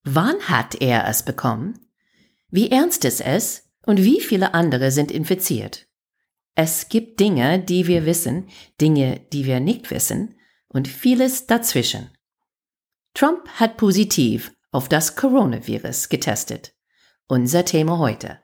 Wann hat er es bekommen? Wie ernst ist es? Und wie viele andere sind infiziert? Es gibt Dinge, die wir wissen, Dinge, die wir nicht wissen und vieles dazwischen. Trump hat positiv auf das Coronavirus getestet. Unser Thema heute.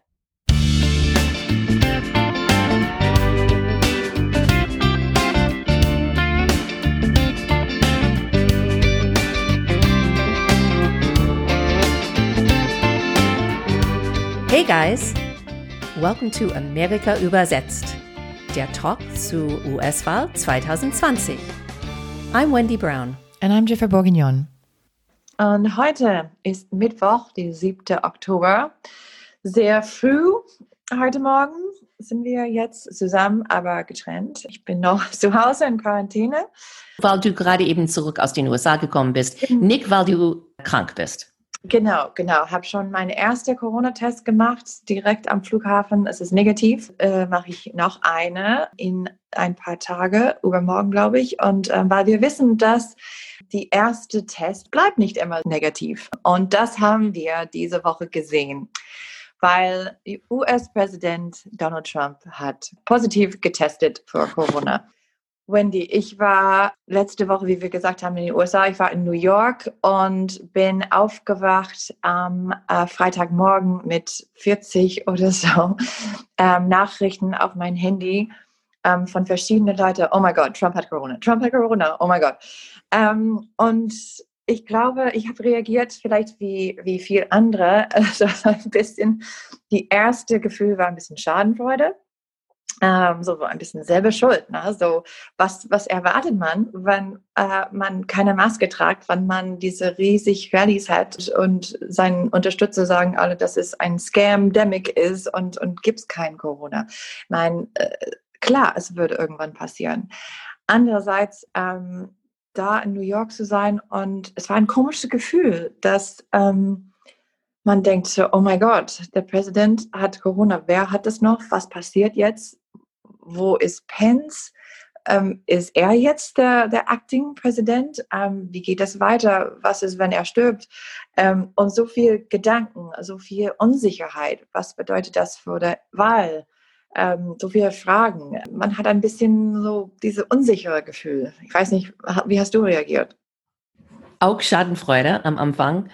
Hey guys, welcome to Amerika übersetzt, der Talk zu US-Wahl 2020. I'm Wendy Brown. And I'm Jennifer Bourguignon. Und heute ist Mittwoch, der 7. Oktober. Sehr früh heute Morgen sind wir jetzt zusammen, aber getrennt. Ich bin noch zu Hause in Quarantäne. Weil du gerade eben zurück aus den USA gekommen bist, nicht weil du krank bist. Genau. Habe schon meinen ersten Corona-Test gemacht, direkt am Flughafen. Es ist negativ. Mache ich noch eine in ein paar Tage, übermorgen glaube ich. Und weil wir wissen, dass die erste Test bleibt nicht immer negativ. Und das haben wir diese Woche gesehen, weil US-Präsident Donald Trump hat positiv getestet für Corona. Wendy, ich war letzte Woche, wie wir gesagt haben, in den USA. Ich war in New York und bin aufgewacht am Freitagmorgen mit 40 oder so Nachrichten auf mein Handy von verschiedenen Leuten. Oh mein Gott, Trump hat Corona, oh mein Gott. Und ich glaube, ich habe reagiert vielleicht wie viel andere. Also ein bisschen, die erste Gefühl war ein bisschen Schadenfreude. So ein bisschen selber schuld. Ne? So, was erwartet man, wenn man keine Maske trägt, wenn man diese riesig Rallyes hat und seine Unterstützer sagen alle, dass es ein Scam-Demic ist und gibt es kein Corona. Nein, klar, es würde irgendwann passieren. Andererseits, da in New York zu sein und es war ein komisches Gefühl, dass man denkt so, oh mein Gott, der Präsident hat Corona, wer hat es noch? Was passiert jetzt? Wo ist Pence? Ist er jetzt der Acting-Präsident? Wie geht das weiter? Was ist, wenn er stirbt? Und so viel Gedanken, so viel Unsicherheit. Was bedeutet das für die Wahl? So viele Fragen. Man hat ein bisschen so dieses unsichere Gefühl. Ich weiß nicht, wie hast du reagiert? Auch Schadenfreude am Anfang.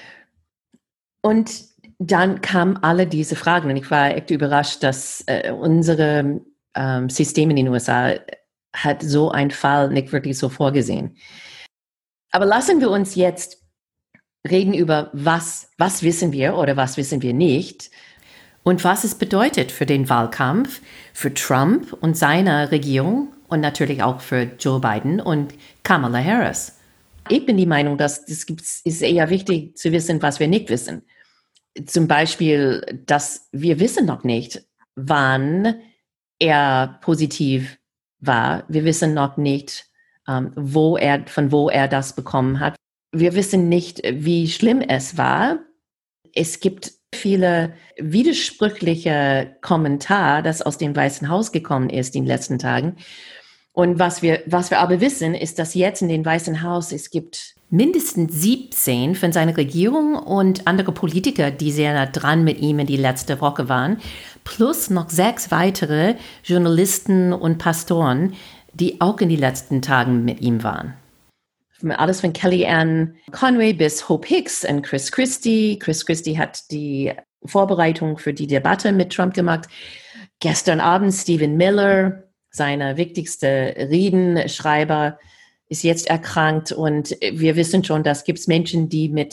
Und dann kamen alle diese Fragen und ich war echt überrascht, dass unsere System in den USA hat so einen Fall nicht wirklich so vorgesehen. Aber lassen wir uns jetzt reden über was wissen wir oder was wissen wir nicht und was es bedeutet für den Wahlkampf, für Trump und seine Regierung und natürlich auch für Joe Biden und Kamala Harris. Ich bin die Meinung, dass ist eher wichtig zu wissen, was wir nicht wissen. Zum Beispiel, dass wir wissen noch nicht, wann er positiv war. Wir wissen noch nicht, von wo er das bekommen hat. Wir wissen nicht, wie schlimm es war. Es gibt viele widersprüchliche Kommentare, das aus dem Weißen Haus gekommen ist in den letzten Tagen. Und was wir aber wissen, ist, dass jetzt in den Weißen Haus es gibt mindestens 17 von seiner Regierung und andere Politiker, die sehr nah dran mit ihm in die letzte Woche waren, plus noch 6 weitere Journalisten und Pastoren, die auch in den letzten Tagen mit ihm waren. Alles von Kellyanne Conway bis Hope Hicks und Chris Christie. Chris Christie hat die Vorbereitung für die Debatte mit Trump gemacht. Gestern Abend Stephen Miller, seiner wichtigste Redenschreiber, ist jetzt erkrankt und wir wissen schon, dass es Menschen, die mit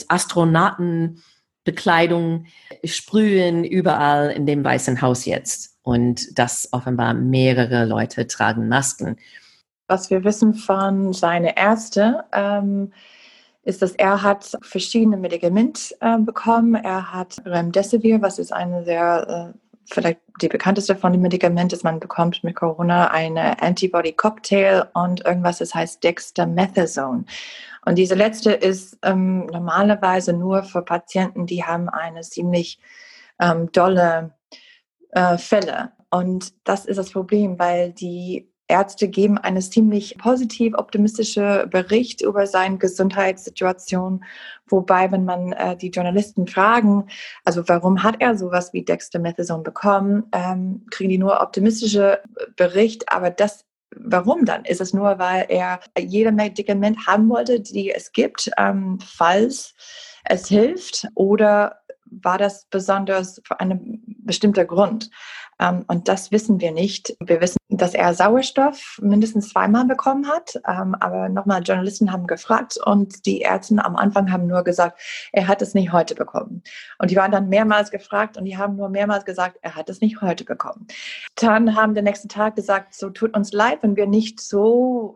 Astronautenbekleidung sprühen überall in dem Weißen Haus jetzt und dass offenbar mehrere Leute tragen Masken. Was wir wissen von seinen Ärzten, ist, dass er hat verschiedene Medikamente bekommen. Er hat Remdesivir, was ist eine sehr vielleicht die bekannteste von den Medikamenten, das man bekommt mit Corona, eine Antibody-Cocktail und irgendwas, das heißt Dexamethasone. Und diese letzte ist normalerweise nur für Patienten, die haben eine ziemlich dolle Fälle. Und das ist das Problem, weil die Ärzte geben einen ziemlich positiv optimistische Bericht über seine Gesundheitssituation. Wobei, wenn man die Journalisten fragen, also warum hat er sowas wie Dexamethasone bekommen, kriegen die nur optimistische Bericht. Aber warum dann? Ist es nur, weil er jede Medikament haben wollte, die es gibt, falls es hilft? Oder war das besonders für einen bestimmten Grund? Und das wissen wir nicht. Wir wissen, dass er Sauerstoff mindestens 2-mal bekommen hat. Aber nochmal, Journalisten haben gefragt und die Ärzte am Anfang haben nur gesagt, er hat es nicht heute bekommen. Und die waren dann mehrmals gefragt und die haben nur mehrmals gesagt, er hat es nicht heute bekommen. Dann haben den nächsten Tag gesagt, so tut uns leid, wenn wir nicht so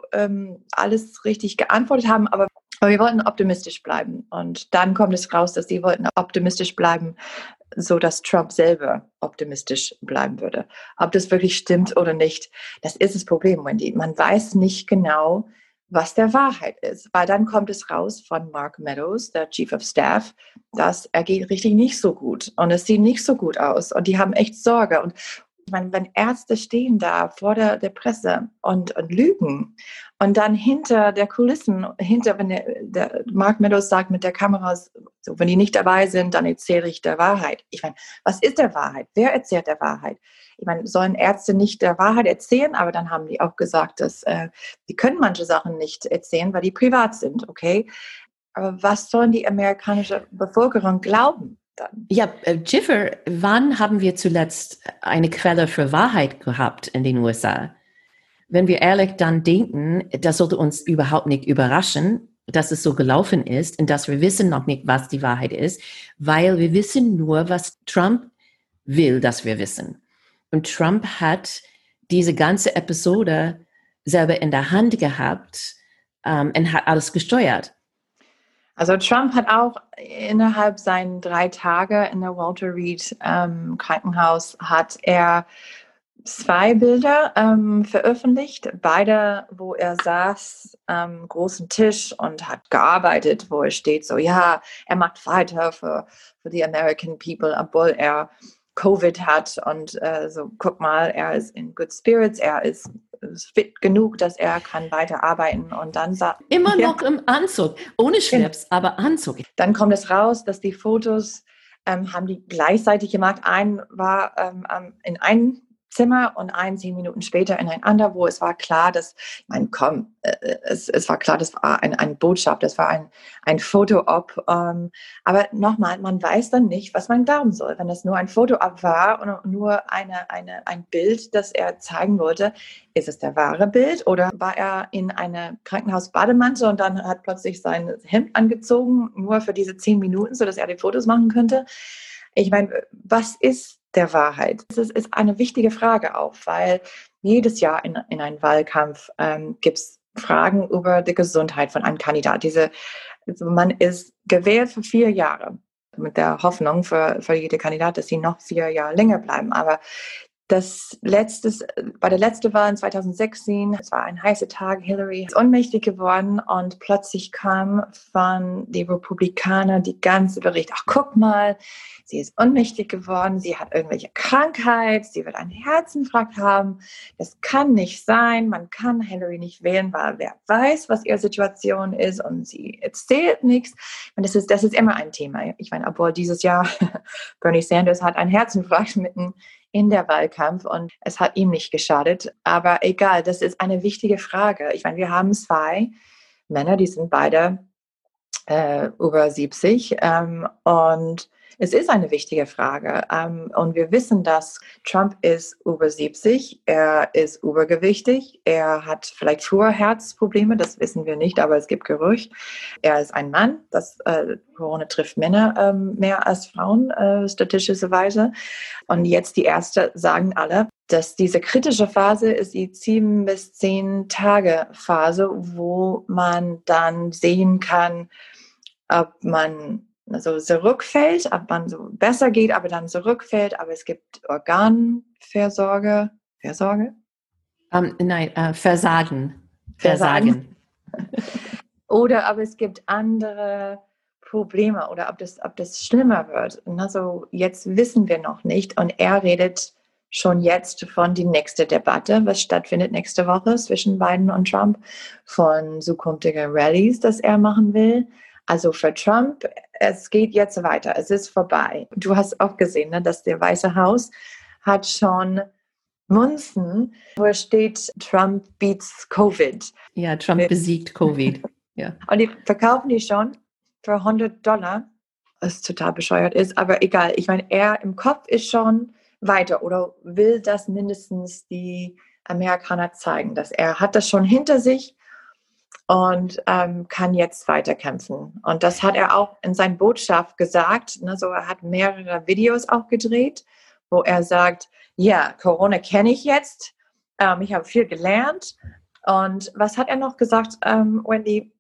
alles richtig geantwortet haben, aber wir wollten optimistisch bleiben. Und dann kommt es raus, dass sie wollten optimistisch bleiben, so dass Trump selber optimistisch bleiben würde. Ob das wirklich stimmt oder nicht, das ist das Problem, Wendy. Man weiß nicht genau, was der Wahrheit ist. Weil dann kommt es raus von Mark Meadows, der Chief of Staff, dass er geht richtig nicht so gut und es sieht nicht so gut aus und die haben echt Sorge. Und ich meine, wenn Ärzte stehen da vor der Presse und lügen und dann hinter der Kulissen, wenn der Mark Meadows sagt mit der Kamera, so, wenn die nicht dabei sind, dann erzähle ich der Wahrheit. Ich meine, was ist der Wahrheit? Wer erzählt der Wahrheit? Ich meine, sollen Ärzte nicht der Wahrheit erzählen? Aber dann haben die auch gesagt, dass die können manche Sachen nicht erzählen, weil die privat sind, okay? Aber was sollen die amerikanische Bevölkerung glauben? Dann? Ja, Jiffer, wann haben wir zuletzt eine Quelle für Wahrheit gehabt in den USA? Wenn wir ehrlich dann denken, das sollte uns überhaupt nicht überraschen, dass es so gelaufen ist und dass wir wissen noch nicht, was die Wahrheit ist, weil wir wissen nur, was Trump will, dass wir wissen. Und Trump hat diese ganze Episode selber in der Hand gehabt und hat alles gesteuert. Also Trump hat auch innerhalb seiner 3 Tage in der Walter Reed Krankenhaus hat er 2 Bilder veröffentlicht, beide, wo er saß am großen Tisch und hat gearbeitet, wo er steht so, ja, er macht weiter für die American People, obwohl er Covid hat und so, guck mal, er ist in good spirits, er ist fit genug, dass er kann weiterarbeiten und dann immer noch im Anzug, ohne Schlips, aber Anzug. Dann kommt es raus, dass die Fotos haben die gleichzeitig gemacht. Ein war in einem Zimmer und 10 Minuten später in ein anderes, wo es war klar, dass, ich meine, es war klar, das war eine Botschaft, das war ein Foto-Op. Aber nochmal, man weiß dann nicht, was man glauben soll. Wenn das nur ein Foto-Op war und nur ein Bild, das er zeigen wollte, ist es der wahre Bild oder war er in einer Krankenhaus-Bademantel und dann hat plötzlich sein Hemd angezogen, nur für diese 10 Minuten, sodass er die Fotos machen könnte? Ich meine, was ist der Wahrheit? Das ist eine wichtige Frage auch, weil jedes Jahr in einem Wahlkampf gibt es Fragen über die Gesundheit von einem Kandidat. Also man ist gewählt für 4 Jahre mit der Hoffnung für jede Kandidat, dass sie noch 4 Jahre länger bleiben. Aber bei der letzten Wahl in 2016, es war ein heißer Tag, Hillary ist ohnmächtig geworden und plötzlich kam von den Republikanern die ganze Bericht, ach guck mal, sie ist ohnmächtig geworden, sie hat irgendwelche Krankheit, sie wird einen Herzinfarkt haben, das kann nicht sein, man kann Hillary nicht wählen, weil wer weiß, was ihre Situation ist und sie erzählt nichts. Und das ist immer ein Thema. Ich meine, obwohl dieses Jahr Bernie Sanders hat einen Herzinfarkt mitten in der Wahlkampf und es hat ihm nicht geschadet. Aber egal, das ist eine wichtige Frage. Ich meine, wir haben 2 Männer, die sind beide über 70 und es ist eine wichtige Frage. Und wir wissen, dass Trump ist über 70, er ist übergewichtig, er hat vielleicht früher Herzprobleme, das wissen wir nicht, aber es gibt Gerüchte. Er ist ein Mann, Corona trifft Männer mehr als Frauen, statistischerweise. Und jetzt die Ärzte sagen alle, dass diese kritische Phase ist die 7 bis 10 Tage Phase, wo man dann sehen kann, ob man so zurückfällt, ob man so besser geht, aber dann zurückfällt. Aber es gibt Organversorge. Versagen. Oder aber es gibt andere Probleme oder ob das schlimmer wird. Also jetzt wissen wir noch nicht. Und er redet schon jetzt von die nächste Debatte, was stattfindet nächste Woche zwischen Biden und Trump, von zukünftigen Rallies, das er machen will. Also für Trump, es geht jetzt weiter, es ist vorbei. Du hast auch gesehen, ne, dass der Weiße Haus hat schon Münzen, wo es steht, Trump beats Covid. Ja, Trump besiegt Covid. Ja. Und die verkaufen die schon für $100, was total bescheuert ist, aber egal. Ich meine, er im Kopf ist schon weiter oder will das mindestens die Amerikaner zeigen, dass er hat das schon hinter sich und kann jetzt weiterkämpfen. Und das hat er auch in seiner Botschaft gesagt. Ne? So, er hat mehrere Videos auch gedreht, wo er sagt, ja, Corona kenne ich jetzt, ich habe viel gelernt. Und was hat er noch gesagt, Wendy,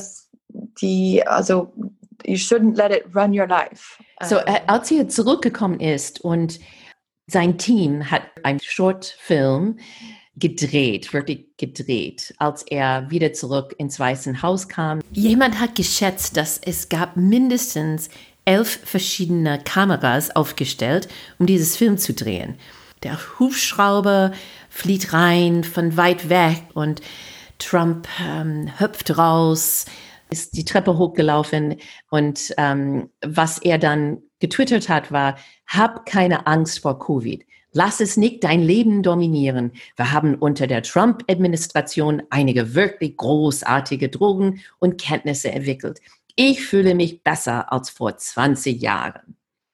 you shouldn't let it run your life. So, als er zurückgekommen ist und sein Team hat einen Shortfilm wirklich gedreht, als er wieder zurück ins Weiße Haus kam. Jemand hat geschätzt, dass es gab mindestens 11 verschiedene Kameras aufgestellt, um dieses Film zu drehen. Der Hubschrauber fliegt rein von weit weg und Trump hüpft raus, ist die Treppe hochgelaufen und was er dann getwittert hat, war, hab keine Angst vor Covid. Lass es nicht dein Leben dominieren. Wir haben unter der Trump-Administration einige wirklich großartige Drogen und Kenntnisse entwickelt. Ich fühle mich besser als vor 20 Jahren.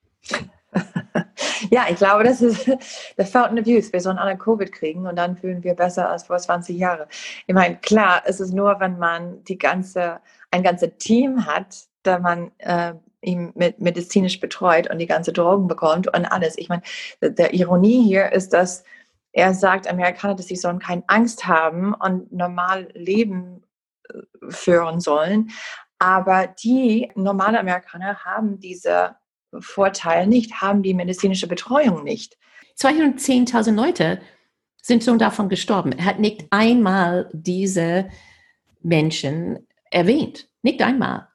Ja, ich glaube, das ist der Fountain of Youth. Wir sollen alle Covid kriegen und dann fühlen wir besser als vor 20 Jahren. Ich meine, klar, es ist nur, wenn man ein ganzes Team hat, da man ihn medizinisch betreut und die ganze Drogen bekommt und alles. Ich meine, der Ironie hier ist, dass er sagt, Amerikaner, dass sie sollen keine Angst haben und normal Leben führen sollen. Aber die normalen Amerikaner haben diese Vorteil nicht, haben die medizinische Betreuung nicht. 210.000 Leute sind schon davon gestorben. Er hat nicht einmal diese Menschen erwähnt. Nicht einmal.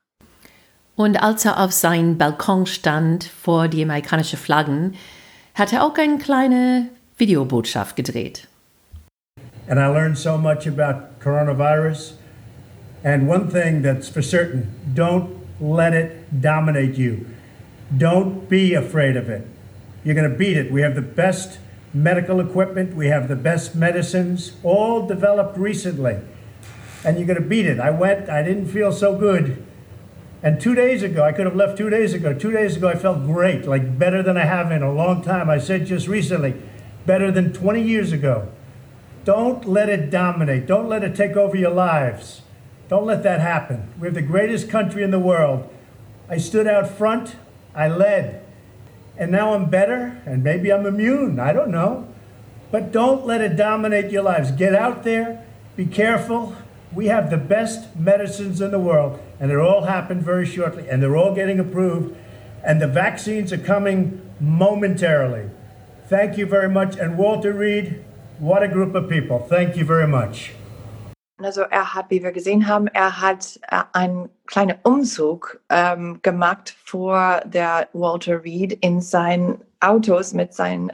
Und als er auf seinem Balkon stand vor die amerikanischen Flaggen, hat er auch eine kleine Videobotschaft gedreht. And I learned so much about coronavirus. And one thing that's for certain, don't let it dominate you. Don't be afraid of it. You're going to beat it. We have the best medical equipment. We have the best medicines, all developed recently. And you're going to beat it. I didn't feel so good. And 2 days ago, I could have left 2 days ago. 2 days ago, I felt great, like better than I have in a long time. I said just recently, better than 20 years ago. Don't let it dominate. Don't let it take over your lives. Don't let that happen. We have the greatest country in the world. I stood out front. I led. And now I'm better, and maybe I'm immune. I don't know. But don't let it dominate your lives. Get out there. Be careful. We have the best medicines in the world, and it all happened very shortly, and they're all getting approved, and the vaccines are coming momentarily. Thank you very much. And Walter Reed, what a group of people. Thank you very much. Also er hat, wie wir gesehen haben, er hat einen kleinen Umzug gemacht vor der Walter Reed in seinen Autos mit seinem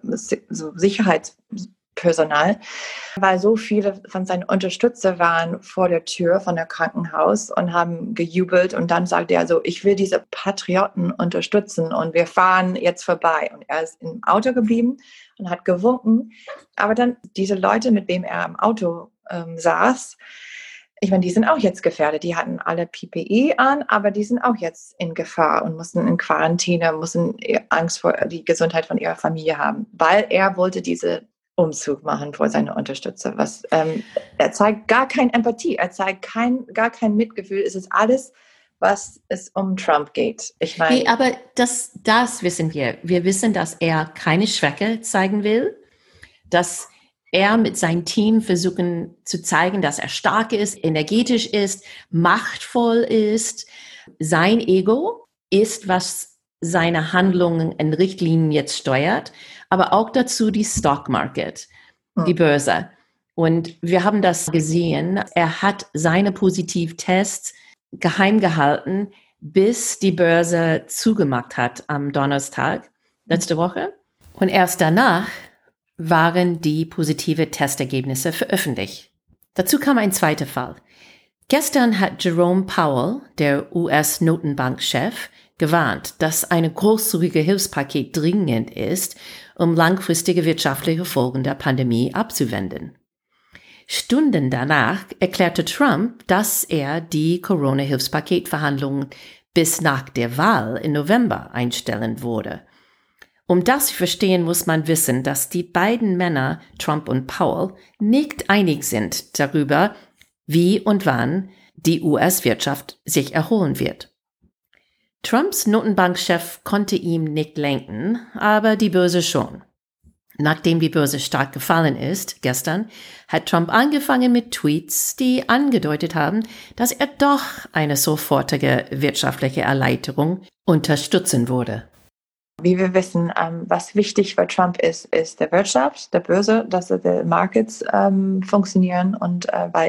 Sicherheitspersonal, weil so viele von seinen Unterstützern waren vor der Tür von der Krankenhaus und haben gejubelt und dann sagte er so, ich will diese Patrioten unterstützen und wir fahren jetzt vorbei. Und er ist im Auto geblieben und hat gewunken, aber dann diese Leute, mit denen er im Auto saß, ich meine, die sind auch jetzt gefährdet. Die hatten alle PPE an, aber die sind auch jetzt in Gefahr und mussten in Quarantäne, mussten Angst vor die Gesundheit von ihrer Familie haben, weil er wollte diese Umzug machen vor seine Unterstützer. Er zeigt gar keine Empathie, er zeigt gar kein Mitgefühl. Es ist alles, was es um Trump geht. Ich meine, hey, aber das wissen wir. Wir wissen, dass er keine Schwäche zeigen will, dass er mit seinem Team versuchen zu zeigen, dass er stark ist, energetisch ist, machtvoll ist. Sein Ego ist, was seine Handlungen in Richtlinien jetzt steuert, aber auch dazu die Stock Market, die Börse. Und wir haben das gesehen. Er hat seine Positivtests geheim gehalten, bis die Börse zugemacht hat am Donnerstag letzte Woche. Und erst danach waren die positive Testergebnisse veröffentlicht. Dazu kam ein zweiter Fall. Gestern hat Jerome Powell, der US-Notenbankchef, gewarnt, dass ein großzügiges Hilfspaket dringend ist, um langfristige wirtschaftliche Folgen der Pandemie abzuwenden. Stunden danach erklärte Trump, dass er die Corona-Hilfspaketverhandlungen bis nach der Wahl im November einstellen würde. Um das zu verstehen, muss man wissen, dass die beiden Männer, Trump und Powell, nicht einig sind darüber, wie und wann die US-Wirtschaft sich erholen wird. Trumps Notenbankchef konnte ihm nicht lenken, aber die Börse schon. Nachdem die Börse stark gefallen ist, gestern, hat Trump angefangen mit Tweets, die angedeutet haben, dass er doch eine sofortige wirtschaftliche Erleichterung unterstützen würde. Wie wir wissen, was wichtig für Trump ist der Wirtschaft, der Börse, dass die Markets funktionieren und weil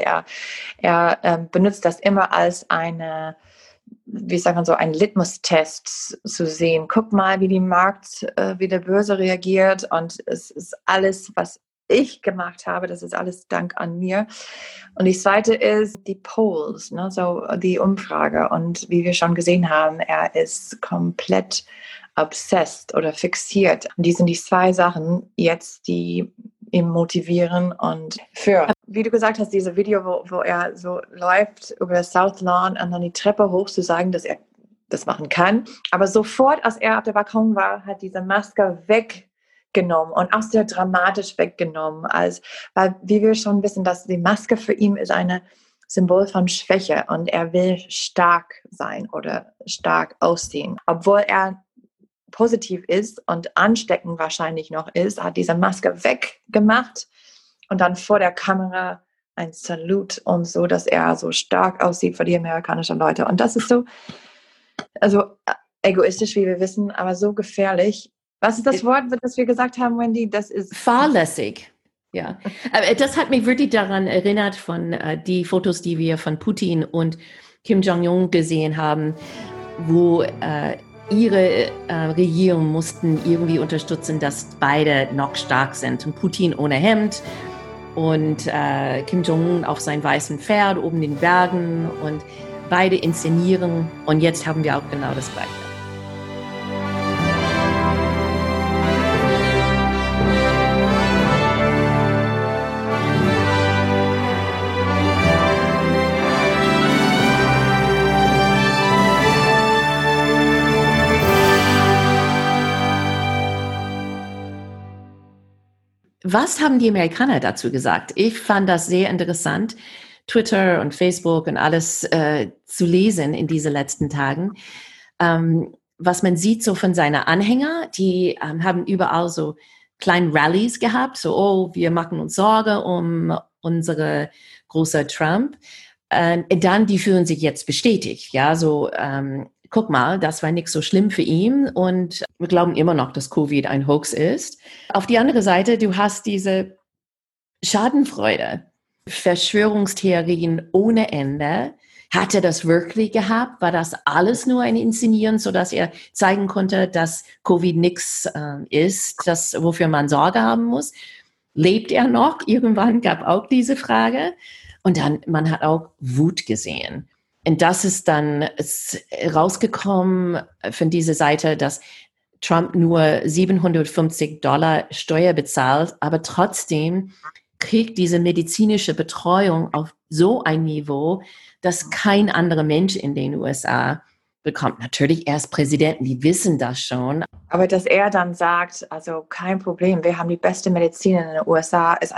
er benutzt das immer als eine, wie sagt man so, ein Litmus-Test zu sehen. Guck mal, wie wie der Börse reagiert und es ist alles, was ich gemacht habe, das ist alles dank an mir. Und die zweite ist die Polls, ne, so die Umfrage. Und wie wir schon gesehen haben, er ist komplett obsessed oder fixiert. Und die sind die zwei Sachen jetzt, die ihn motivieren und für. Wie du gesagt hast, dieses Video, wo er so läuft über das South Lawn und dann die Treppe hoch zu sagen, dass er das machen kann. Aber sofort, als er auf der Balkon war, hat diese Maske weggenommen und auch sehr dramatisch weggenommen. Weil, wie wir schon wissen, dass die Maske für ihn ist ein Symbol von Schwäche und er will stark sein oder stark aussehen. Obwohl er positiv ist und ansteckend wahrscheinlich noch ist, hat diese Maske weggemacht und dann vor der Kamera ein Salut und so, dass er so stark aussieht für die amerikanischen Leute. Und das ist so, also egoistisch, wie wir wissen, aber so gefährlich. Was ist das Wort, das wir gesagt haben, Wendy? Das ist fahrlässig. Ja, aber das hat mich wirklich daran erinnert von die Fotos, die wir von Putin und Kim Jong-un gesehen haben, wo ihre Regierung mussten irgendwie unterstützen, dass beide noch stark sind. Und Putin ohne Hemd und Kim Jong-un auf seinem weißen Pferd oben in den Bergen und beide inszenieren. Und jetzt haben wir auch genau das Gleiche. Was haben die Amerikaner dazu gesagt? Ich fand das sehr interessant, Twitter und Facebook und alles zu lesen in diesen letzten Tagen. Was man sieht so von seinen Anhängern, die haben überall so kleine Rallies gehabt, so, oh, wir machen uns Sorge um unsere große Trump. Dann, die fühlen sich jetzt bestätigt, ja, so, guck mal, das war nicht so schlimm für ihn und wir glauben immer noch, dass Covid ein Hoax ist. Auf die andere Seite, du hast diese Schadenfreude, Verschwörungstheorien ohne Ende. Hat er das wirklich gehabt? War das alles nur ein Inszenieren, sodass er zeigen konnte, dass Covid nichts ist, das, wofür man Sorge haben muss? Lebt er noch? Irgendwann gab auch diese Frage. Und dann, man hat auch Wut gesehen. Und das ist dann rausgekommen von dieser Seite, dass Trump nur $750 Steuer bezahlt, aber trotzdem kriegt diese medizinische Betreuung auf so ein Niveau, dass kein anderer Mensch in den USA bekommt. Natürlich erst Präsidenten, die wissen das schon. Aber dass er dann sagt, also kein Problem, wir haben die beste Medizin in den USA, ist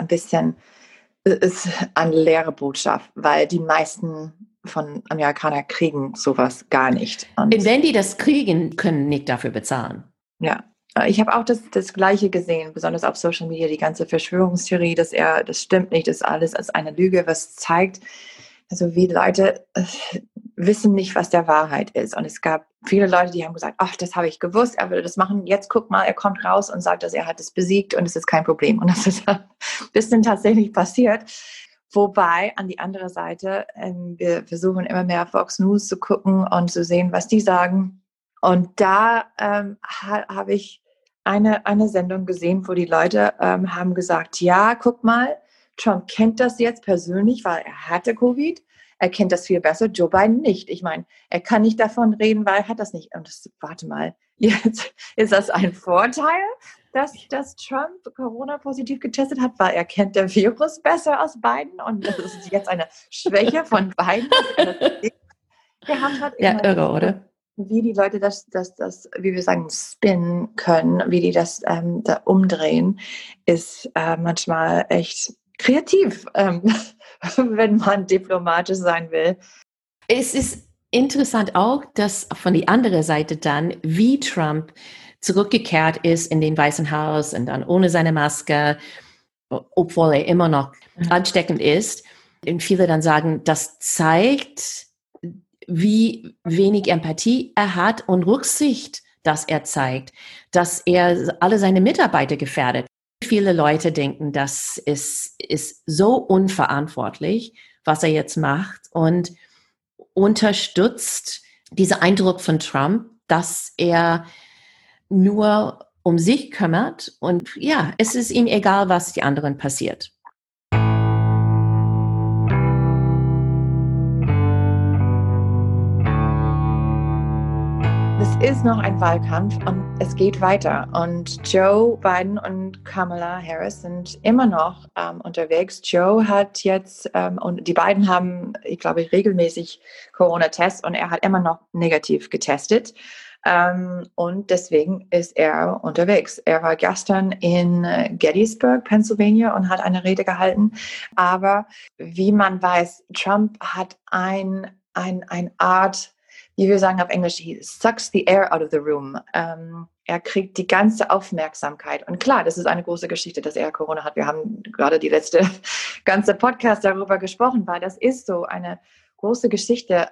eine leere Botschaft, weil die meisten von Amerikanern kriegen sowas gar nicht. Und wenn die das kriegen, können nicht dafür bezahlen. Ja, ich habe auch das Gleiche gesehen, besonders auf Social Media, die ganze Verschwörungstheorie, das stimmt nicht, das ist alles als eine Lüge, was zeigt, also wie Leute wissen nicht, was der Wahrheit ist. Und es gab viele Leute, die haben gesagt, ach, das habe ich gewusst, er würde das machen. Jetzt guck mal, er kommt raus und sagt, dass er hat es besiegt und es ist kein Problem. Und das ist ein bisschen tatsächlich passiert. Wobei, an die andere Seite, wir versuchen immer mehr Fox News zu gucken und zu sehen, was die sagen. Und da habe ich eine Sendung gesehen, wo die Leute haben gesagt, ja, guck mal, Trump kennt das jetzt persönlich, weil er hatte Covid. Er kennt das viel besser, Joe Biden nicht. Ich meine, er kann nicht davon reden, weil er hat das nicht. Und warte mal, jetzt ist das ein Vorteil, dass Trump Corona-positiv getestet hat, weil er kennt der Virus besser als Biden. Und das ist jetzt eine Schwäche von Biden, dass er das nicht gehabt hat. Ja, irre, oder? Wie die Leute das, wie wir sagen, spinnen können, wie die das da umdrehen, ist manchmal echt kreativ, wenn man diplomatisch sein will. Es ist interessant auch, dass von der anderen Seite dann, wie Trump zurückgekehrt ist in den Weißen Haus und dann ohne seine Maske, obwohl er immer noch ansteckend ist. Und viele dann sagen, das zeigt, wie wenig Empathie er hat und Rücksicht, dass er zeigt, dass er alle seine Mitarbeiter gefährdet. Viele Leute denken, das ist so unverantwortlich, was er jetzt macht und unterstützt diesen Eindruck von Trump, dass er nur um sich kümmert und ja, es ist ihm egal, was die anderen passiert. Es ist noch ein Wahlkampf und es geht weiter. Und Joe Biden und Kamala Harris sind immer noch unterwegs. Joe hat jetzt, und die beiden haben, ich glaube, regelmäßig Corona-Tests und er hat immer noch negativ getestet. Und deswegen ist er unterwegs. Er war gestern in Gettysburg, Pennsylvania und hat eine Rede gehalten. Aber wie man weiß, Trump hat eine Art, wie wir sagen auf Englisch, he sucks the air out of the room. Er kriegt die ganze Aufmerksamkeit. Und klar, das ist eine große Geschichte, dass er Corona hat. Wir haben gerade die letzte ganze Podcast darüber gesprochen, weil das ist so eine große Geschichte.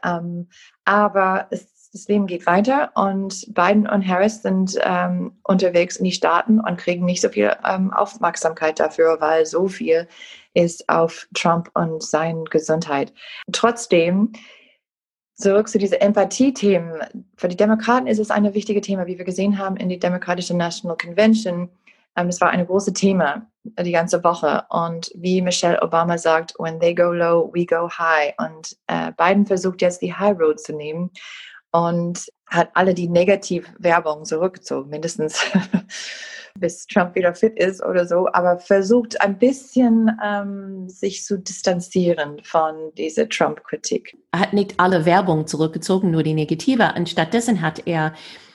Aber das Leben geht weiter und Biden und Harris sind unterwegs in die Staaten und kriegen nicht so viel Aufmerksamkeit dafür, weil so viel ist auf Trump und seine Gesundheit. Trotzdem, zurück zu diesen Empathie-Themen. Für die Demokraten ist es ein wichtiges Thema, wie wir gesehen haben in die Democratische National Convention. Es war ein großes Thema die ganze Woche. Und wie Michelle Obama sagt, when they go low, we go high. Und Biden versucht jetzt die High Road zu nehmen und hat alle die Negativwerbung zurückgezogen, mindestens bis Trump wieder fit ist oder so, aber versucht ein bisschen sich zu distanzieren von dieser Trump-Kritik. Er hat nicht alle Werbung zurückgezogen, nur die negative. Und stattdessen hat er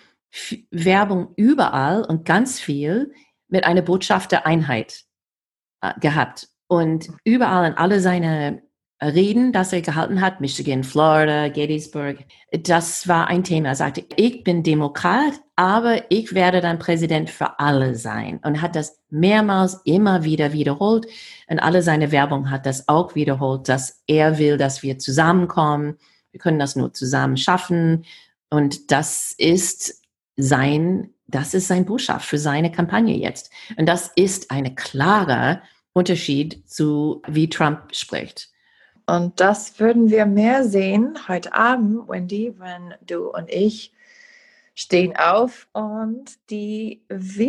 Werbung überall und ganz viel mit einer Botschaft der Einheit gehabt. Und überall in alle seine Reden, das er gehalten hat, Michigan, Florida, Gettysburg, das war ein Thema. Er sagte, ich bin Demokrat, aber ich werde dann Präsident für alle sein. Und hat das mehrmals immer wieder wiederholt. Und alle seine Werbung hat das auch wiederholt, dass er will, dass wir zusammenkommen. Wir können das nur zusammen schaffen. Und das ist sein Botschaft für seine Kampagne jetzt. Und das ist ein klarer Unterschied zu, wie Trump spricht. Und das würden wir mehr sehen heute Abend, Wendy, wenn du und ich stehen auf und die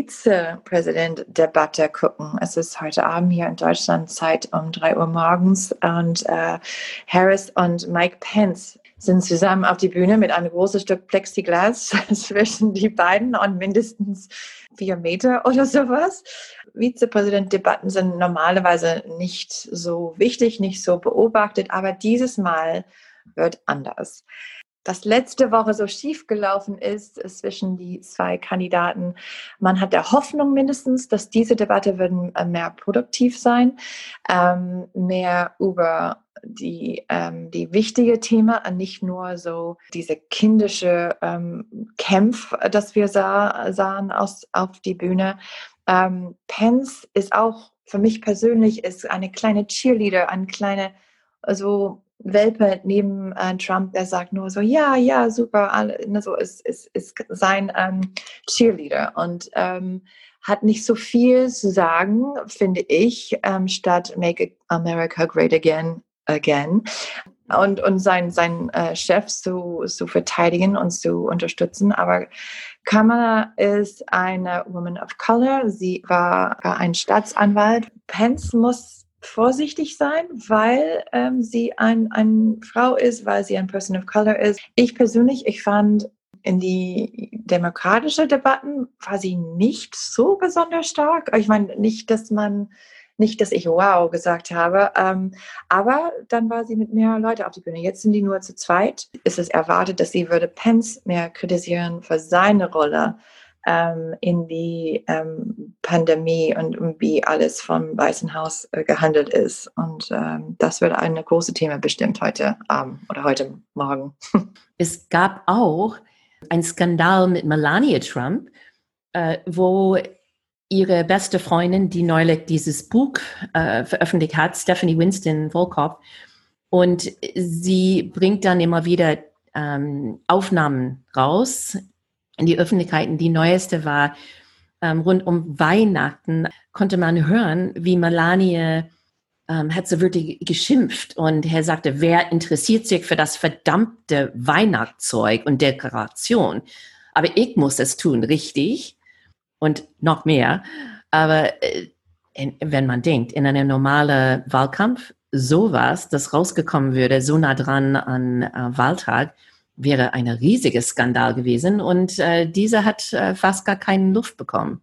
Vizepräsident-Debatte gucken. Es ist heute Abend hier in Deutschland Zeit um 3 Uhr morgens und Harris und Mike Pence sind zusammen auf die Bühne mit einem großen Stück Plexiglas zwischen die beiden und mindestens 4 Meter oder sowas. Vizepräsident-Debatten sind normalerweise nicht so wichtig, nicht so beobachtet, aber dieses Mal wird anders. Das letzte Woche so schief gelaufen ist zwischen die 2 Kandidaten. Man hat der Hoffnung mindestens, dass diese Debatte würden mehr produktiv sein, mehr über die wichtige Thema, nicht nur so diese kindische Kämpf, das wir sahen auf die Bühne. Pence ist auch für mich persönlich ist eine kleine Cheerleader, eine kleine so Welpe neben Trump, der sagt nur so, ja, super, so ist sein Cheerleader und hat nicht so viel zu sagen, finde ich, statt Make America Great Again. und sein Chef zu verteidigen und zu unterstützen. Aber Kamala ist eine Woman of Color. Sie war ein Staatsanwalt. Pence muss vorsichtig sein, weil sie eine Frau ist, weil sie ein Person of Color ist. Ich persönlich, ich fand, in die demokratische Debatten war sie nicht so besonders stark. Ich meine, nicht, dass ich wow gesagt habe, aber dann war sie mit mehr Leuten auf die Bühne. Jetzt sind die nur zu zweit. Es ist erwartet, dass sie würde Pence mehr kritisieren für seine Rolle in die Pandemie und wie alles vom Weißen Haus gehandelt ist. Und das wird ein großes Thema bestimmt heute Abend oder heute Morgen. Es gab auch einen Skandal mit Melania Trump, wo ihre beste Freundin, die neulich dieses Buch veröffentlicht hat, Stephanie Winston Volkov, und sie bringt dann immer wieder Aufnahmen raus in die Öffentlichkeit. Die neueste war rund um Weihnachten, konnte man hören, wie Melania hat so wirklich geschimpft und er sagte, wer interessiert sich für das verdammte Weihnachtszeug und Dekoration? Aber ich muss es tun, richtig? Und noch mehr. Aber wenn man denkt, in einem normalen Wahlkampf, sowas, das rausgekommen würde, so nah dran an Wahltag, wäre ein riesiger Skandal gewesen. Und dieser hat fast gar keine Luft bekommen.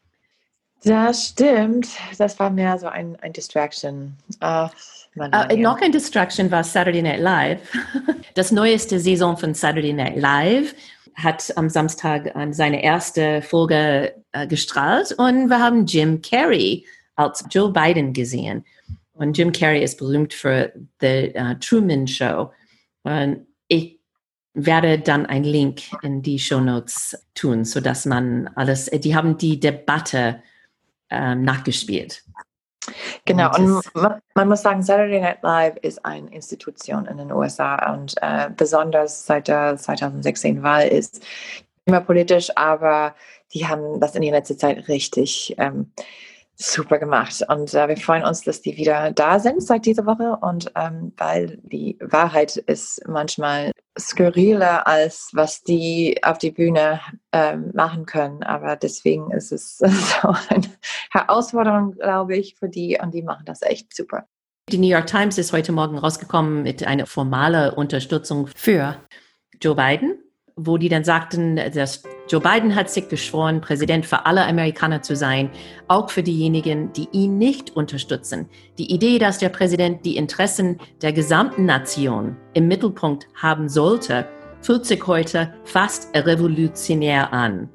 Das stimmt. Das war mehr so ein Distraction. Noch ein Distraction war Saturday Night Live. Das neueste Saison von Saturday Night Live hat am Samstag seine erste Folge gestrahlt und wir haben Jim Carrey als Joe Biden gesehen. Und Jim Carrey ist berühmt für The Truman Show. Und ich werde dann einen Link in die Shownotes tun, sodass man alles, die haben die Debatte nachgespielt. Genau, und man muss sagen, Saturday Night Live ist eine Institution in den USA und besonders seit der 2016 Wahl ist immer politisch, aber die haben das in der letzten Zeit richtig super gemacht. Und wir freuen uns, dass die wieder da sind seit dieser Woche und weil die Wahrheit ist manchmal skurriler, als was die auf die Bühne machen können. Aber deswegen ist es so eine Herausforderung, glaube ich, für die und die machen das echt super. Die New York Times ist heute Morgen rausgekommen mit einer formalen Unterstützung für Joe Biden, wo die dann sagten, dass Joe Biden hat sich geschworen, Präsident für alle Amerikaner zu sein, auch für diejenigen, die ihn nicht unterstützen. Die Idee, dass der Präsident die Interessen der gesamten Nation im Mittelpunkt haben sollte, fühlt sich heute fast revolutionär an.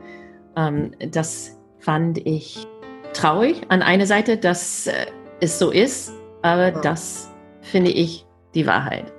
Das fand ich traurig an einer Seite, dass es so ist, aber das finde ich die Wahrheit.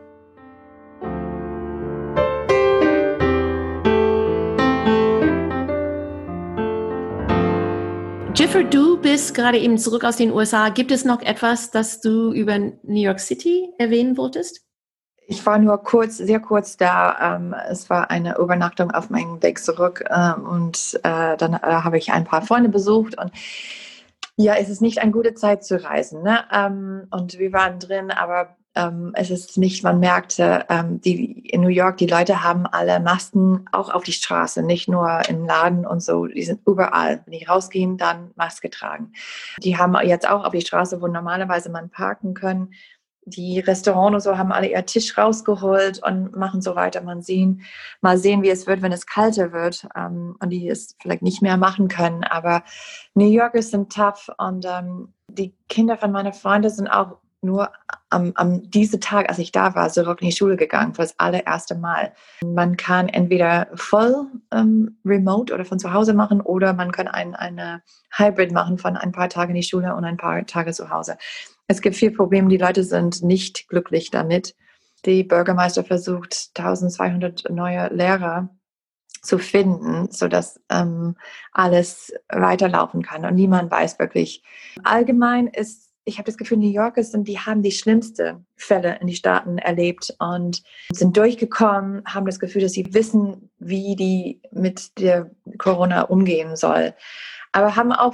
Jiffer, du bist gerade eben zurück aus den USA. Gibt es noch etwas, das du über New York City erwähnen wolltest? Ich war nur sehr kurz da. Es war eine Übernachtung auf meinem Weg zurück und dann habe ich ein paar Freunde besucht und ja, es ist nicht eine gute Zeit zu reisen, ne? Und wir waren drin, aber es ist nicht, man merkte, in New York, die Leute haben alle Masken auch auf die Straße, nicht nur im Laden und so, die sind überall. Wenn die rausgehen, dann Maske tragen. Die haben jetzt auch auf die Straße, wo normalerweise man parken kann. Die Restaurants und so haben alle ihr Tisch rausgeholt und machen so weiter. Mal sehen, wie es wird, wenn es kalter wird und die es vielleicht nicht mehr machen können. Aber New Yorkers sind tough und die Kinder von meinen Freunden sind auch nur am diesem Tag, als ich da war, zurück in die Schule gegangen für das allererste Mal. Man kann entweder voll remote oder von zu Hause machen oder man kann eine Hybrid machen von ein paar Tagen in die Schule und ein paar Tage zu Hause. Es gibt viele Probleme, die Leute sind nicht glücklich damit. Die Bürgermeister versucht, 1200 neue Lehrer zu finden, sodass alles weiterlaufen kann und niemand weiß wirklich. Allgemein ich habe das Gefühl, New Yorkers die haben die schlimmsten Fälle in die Staaten erlebt und sind durchgekommen, haben das Gefühl, dass sie wissen, wie die mit der Corona umgehen soll. Aber haben auch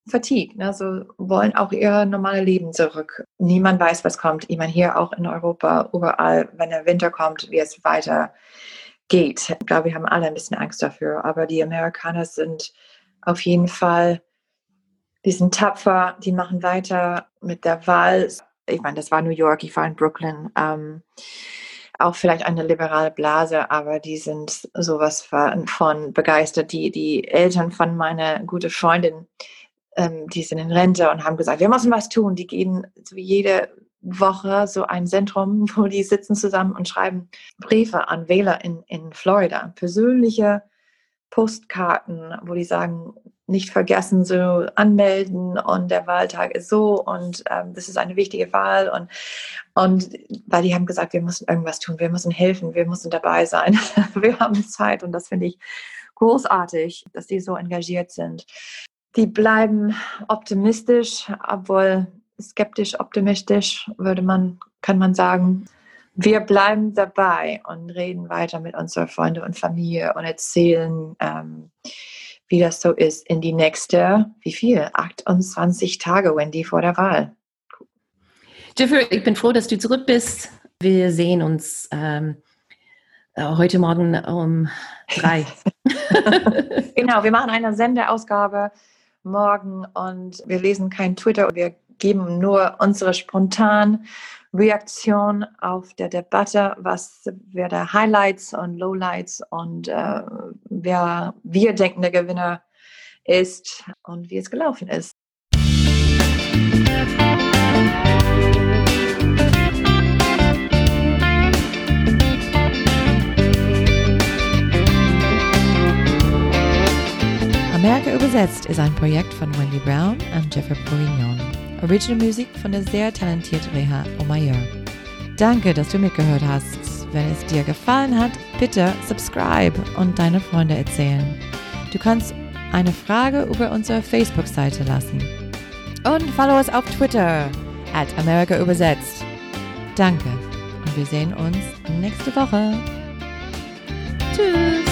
fatigued, ne? So wollen auch ihr normales Leben zurück. Niemand weiß, was kommt. Ich meine, hier auch in Europa, überall, wenn der Winter kommt, wie es weitergeht. Ich glaube, wir haben alle ein bisschen Angst dafür. Aber die Amerikaner sind auf jeden Fall, die sind tapfer, die machen weiter mit der Wahl. Ich meine, das war New York, ich war in Brooklyn. Auch vielleicht eine liberale Blase, aber die sind sowas von begeistert. Die Eltern von meiner guten Freundin, die sind in Rente und haben gesagt, wir müssen was tun. Die gehen so jede Woche so ein Zentrum, wo die sitzen zusammen und schreiben Briefe an Wähler in Florida. Persönliche Postkarten, wo die sagen, nicht vergessen, so anmelden und der Wahltag ist so und das ist eine wichtige Wahl und weil die haben gesagt, wir müssen irgendwas tun, wir müssen helfen, wir müssen dabei sein, wir haben Zeit und das finde ich großartig, dass die so engagiert sind. Die bleiben optimistisch, obwohl skeptisch, optimistisch kann man sagen. Wir bleiben dabei und reden weiter mit unseren Freunden und Familie und erzählen, wie das so ist in die nächste, 28 Tage, Wendy, vor der Wahl. Jennifer, ich bin froh, dass du zurück bist. Wir sehen uns heute Morgen um 3. Genau, wir machen eine Sendeausgabe morgen und wir lesen kein Twitter. Wir geben nur unsere spontan Reaktion auf der Debatte, was wer der Highlights und Lowlights und wer wir denken der Gewinner ist und wie es gelaufen ist. Amerika übersetzt ist ein Projekt von Wendy Brown und Jeffrey Bourignon. Original Musik von der sehr talentierten Reha Omayor. Danke, dass du mitgehört hast. Wenn es dir gefallen hat, bitte subscribe und deine Freunde erzählen. Du kannst eine Frage über unsere Facebook-Seite lassen. Und follow uns auf Twitter @AmerikaÜbersetzt. Danke und wir sehen uns nächste Woche. Tschüss.